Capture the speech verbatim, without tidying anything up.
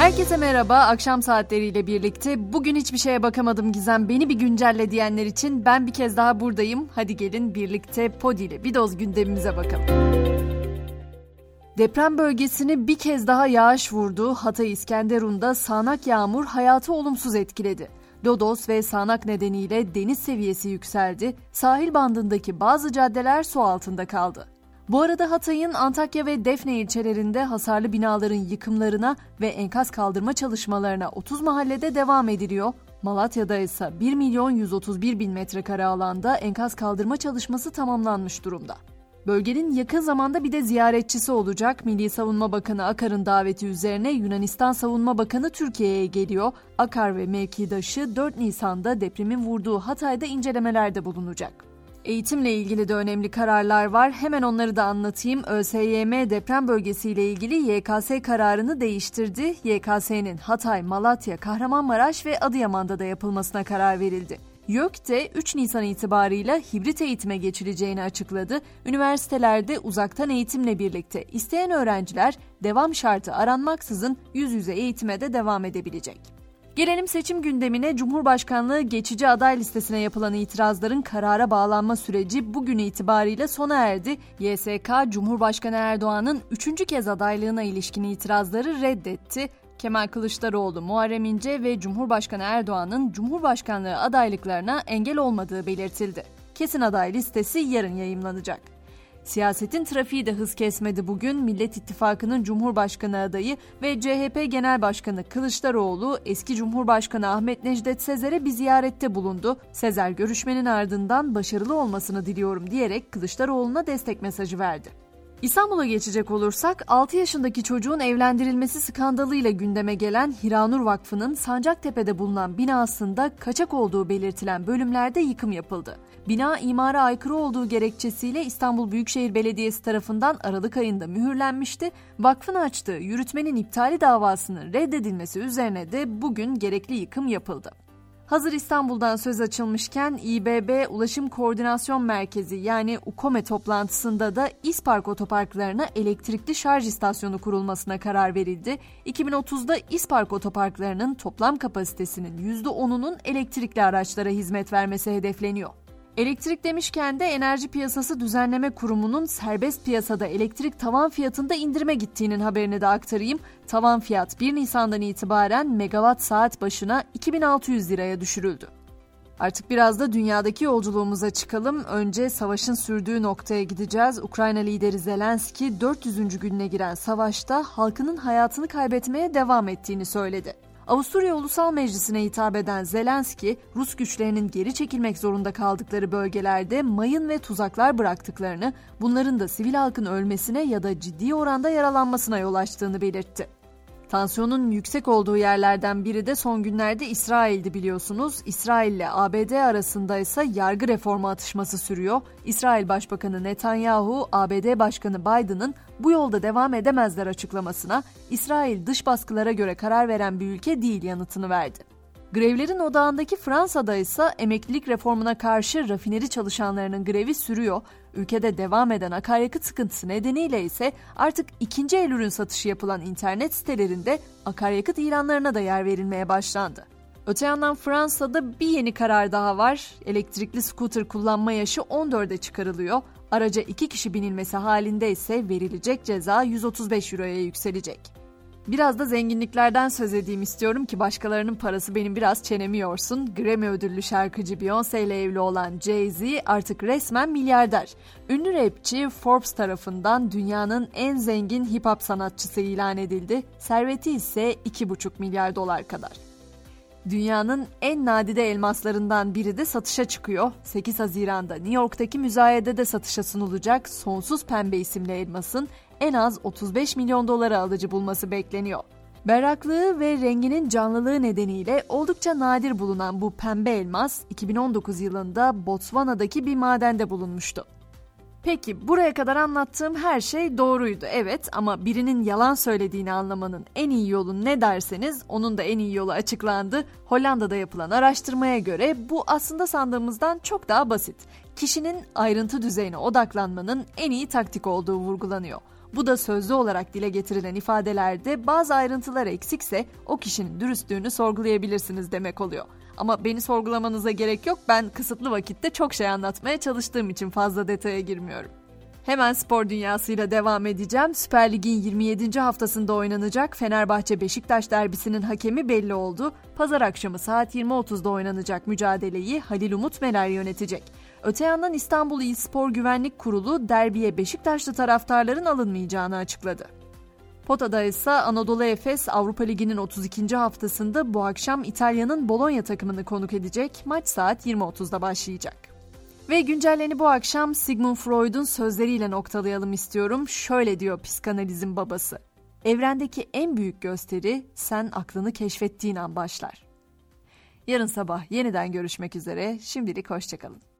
Herkese merhaba, akşam saatleriyle birlikte bugün hiçbir şeye bakamadım Gizem, beni bir güncelle diyenler için ben bir kez daha buradayım. Hadi gelin birlikte Podi ile bir doz gündemimize bakalım. Deprem bölgesini bir kez daha yağış vurdu. Hatay İskenderun'da sağanak yağmur hayatı olumsuz etkiledi. Lodos ve sağanak nedeniyle deniz seviyesi yükseldi. Sahil bandındaki bazı caddeler su altında kaldı. Bu arada Hatay'ın Antakya ve Defne ilçelerinde hasarlı binaların yıkımlarına ve enkaz kaldırma çalışmalarına otuz mahallede devam ediliyor. Malatya'da ise bir milyon yüz otuz bir bin metrekare alanda enkaz kaldırma çalışması tamamlanmış durumda. Bölgenin yakın zamanda bir de ziyaretçisi olacak. Milli Savunma Bakanı Akar'ın daveti üzerine Yunanistan Savunma Bakanı Türkiye'ye geliyor. Akar ve mevkidaşı dört Nisan'da depremin vurduğu Hatay'da incelemelerde bulunacak. Eğitimle ilgili de önemli kararlar var. Hemen onları da anlatayım. ÖSYM deprem bölgesiyle ilgili Y K S kararını değiştirdi. Y K S'nin Hatay, Malatya, Kahramanmaraş ve Adıyaman'da da yapılmasına karar verildi. YÖK de üç Nisan itibarıyla hibrit eğitime geçileceğini açıkladı. Üniversitelerde uzaktan eğitimle birlikte isteyen öğrenciler devam şartı aranmaksızın yüz yüze eğitime de devam edebilecek. Gelelim seçim gündemine. Cumhurbaşkanlığı geçici aday listesine yapılan itirazların karara bağlanma süreci bugün itibariyle sona erdi. Y S K, Cumhurbaşkanı Erdoğan'ın üçüncü kez adaylığına ilişkin itirazları reddetti. Kemal Kılıçdaroğlu, Muharrem İnce ve Cumhurbaşkanı Erdoğan'ın Cumhurbaşkanlığı adaylıklarına engel olmadığı belirtildi. Kesin aday listesi yarın yayımlanacak. Siyasetin trafiği de hız kesmedi bugün. Millet İttifakı'nın Cumhurbaşkanı adayı ve C H P Genel Başkanı Kılıçdaroğlu eski Cumhurbaşkanı Ahmet Necdet Sezer'e bir ziyarette bulundu. Sezer görüşmenin ardından başarılı olmasını diliyorum diyerek Kılıçdaroğlu'na destek mesajı verdi. İstanbul'a geçecek olursak altı yaşındaki çocuğun evlendirilmesi skandalıyla gündeme gelen Hiranur Vakfı'nın Sancaktepe'de bulunan binasında kaçak olduğu belirtilen bölümlerde yıkım yapıldı. Bina imara aykırı olduğu gerekçesiyle İstanbul Büyükşehir Belediyesi tarafından Aralık ayında mühürlenmişti. Vakfın açtığı yürütmenin iptali davasının reddedilmesi üzerine de bugün gerekli yıkım yapıldı. Hazır İstanbul'dan söz açılmışken İ B B Ulaşım Koordinasyon Merkezi yani UKOME toplantısında da İSPARK otoparklarına elektrikli şarj istasyonu kurulmasına karar verildi. iki bin otuzda İSPARK otoparklarının toplam kapasitesinin yüzde onunun elektrikli araçlara hizmet vermesi hedefleniyor. Elektrik demişken de Enerji Piyasası Düzenleme Kurumu'nun serbest piyasada elektrik tavan fiyatında indirime gittiğinin haberini de aktarayım. Tavan fiyat bir Nisan'dan itibaren megawatt saat başına iki bin altı yüz liraya düşürüldü. Artık biraz da dünyadaki yolculuğumuza çıkalım. Önce savaşın sürdüğü noktaya gideceğiz. Ukrayna lideri Zelenski dört yüzüncü gününe giren savaşta halkının hayatını kaybetmeye devam ettiğini söyledi. Avusturya Ulusal Meclisi'ne hitap eden Zelenski, Rus güçlerinin geri çekilmek zorunda kaldıkları bölgelerde mayın ve tuzaklar bıraktıklarını, bunların da sivil halkın ölmesine ya da ciddi oranda yaralanmasına yol açtığını belirtti. Tansiyonun yüksek olduğu yerlerden biri de son günlerde İsrail'di biliyorsunuz. İsrail ile A B D arasında ise yargı reformu atışması sürüyor. İsrail Başbakanı Netanyahu, A B D Başkanı Biden'ın bu yolda devam edemezler açıklamasına İsrail dış baskılara göre karar veren bir ülke değil yanıtını verdi. Grevlerin odağındaki Fransa'da ise emeklilik reformuna karşı rafineri çalışanlarının grevi sürüyor. Ülkede devam eden akaryakıt sıkıntısı nedeniyle ise artık ikinci el ürün satışı yapılan internet sitelerinde akaryakıt ilanlarına da yer verilmeye başlandı. Öte yandan Fransa'da bir yeni karar daha var. Elektrikli scooter kullanma yaşı on dörde çıkarılıyor. Araca iki kişi binilmesi halinde ise verilecek ceza yüz otuz beş euroya yükselecek. Biraz da zenginliklerden söz edeyim istiyorum ki başkalarının parası benim biraz çenemi yorsun. Grammy ödüllü şarkıcı Beyoncé ile evli olan Jay-Z artık resmen milyarder. Ünlü rapçi Forbes tarafından dünyanın en zengin hip hop sanatçısı ilan edildi. Serveti ise iki buçuk milyar dolar kadar. Dünyanın en nadide elmaslarından biri de satışa çıkıyor. sekiz Haziran'da New York'taki müzayedede satışa sunulacak Sonsuz Pembe isimli elmasın en az otuz beş milyon dolara alıcı bulması bekleniyor. Berraklığı ve renginin canlılığı nedeniyle oldukça nadir bulunan bu pembe elmas iki bin on dokuz yılında Botswana'daki bir madende bulunmuştu. Peki buraya kadar anlattığım her şey doğruydu evet ama birinin yalan söylediğini anlamanın en iyi yolu ne derseniz onun da en iyi yolu açıklandı. Hollanda'da yapılan araştırmaya göre bu aslında sandığımızdan çok daha basit. Kişinin ayrıntı düzeyine odaklanmanın en iyi taktik olduğu vurgulanıyor. Bu da sözlü olarak dile getirilen ifadelerde bazı ayrıntılar eksikse o kişinin dürüstlüğünü sorgulayabilirsiniz demek oluyor. Ama beni sorgulamanıza gerek yok, ben kısıtlı vakitte çok şey anlatmaya çalıştığım için fazla detaya girmiyorum. Hemen spor dünyasıyla devam edeceğim. Süper Lig'in yirmi yedinci haftasında oynanacak Fenerbahçe-Beşiktaş derbisinin hakemi belli oldu. Pazar akşamı saat yirmi otuzda oynanacak mücadeleyi Halil Umut Meler yönetecek. Öte yandan İstanbul İl Spor Güvenlik Kurulu derbiye Beşiktaşlı taraftarların alınmayacağını açıkladı. Potada ise Anadolu Efes Avrupa Ligi'nin otuz ikinci haftasında bu akşam İtalya'nın Bologna takımını konuk edecek. Maç saat yirmi otuzda başlayacak. Ve güncelleni bu akşam Sigmund Freud'un sözleriyle noktalayalım istiyorum. Şöyle diyor psikanalizin babası: evrendeki en büyük gösteri sen aklını keşfettiğin an başlar. Yarın sabah yeniden görüşmek üzere. Şimdilik hoşça kalın.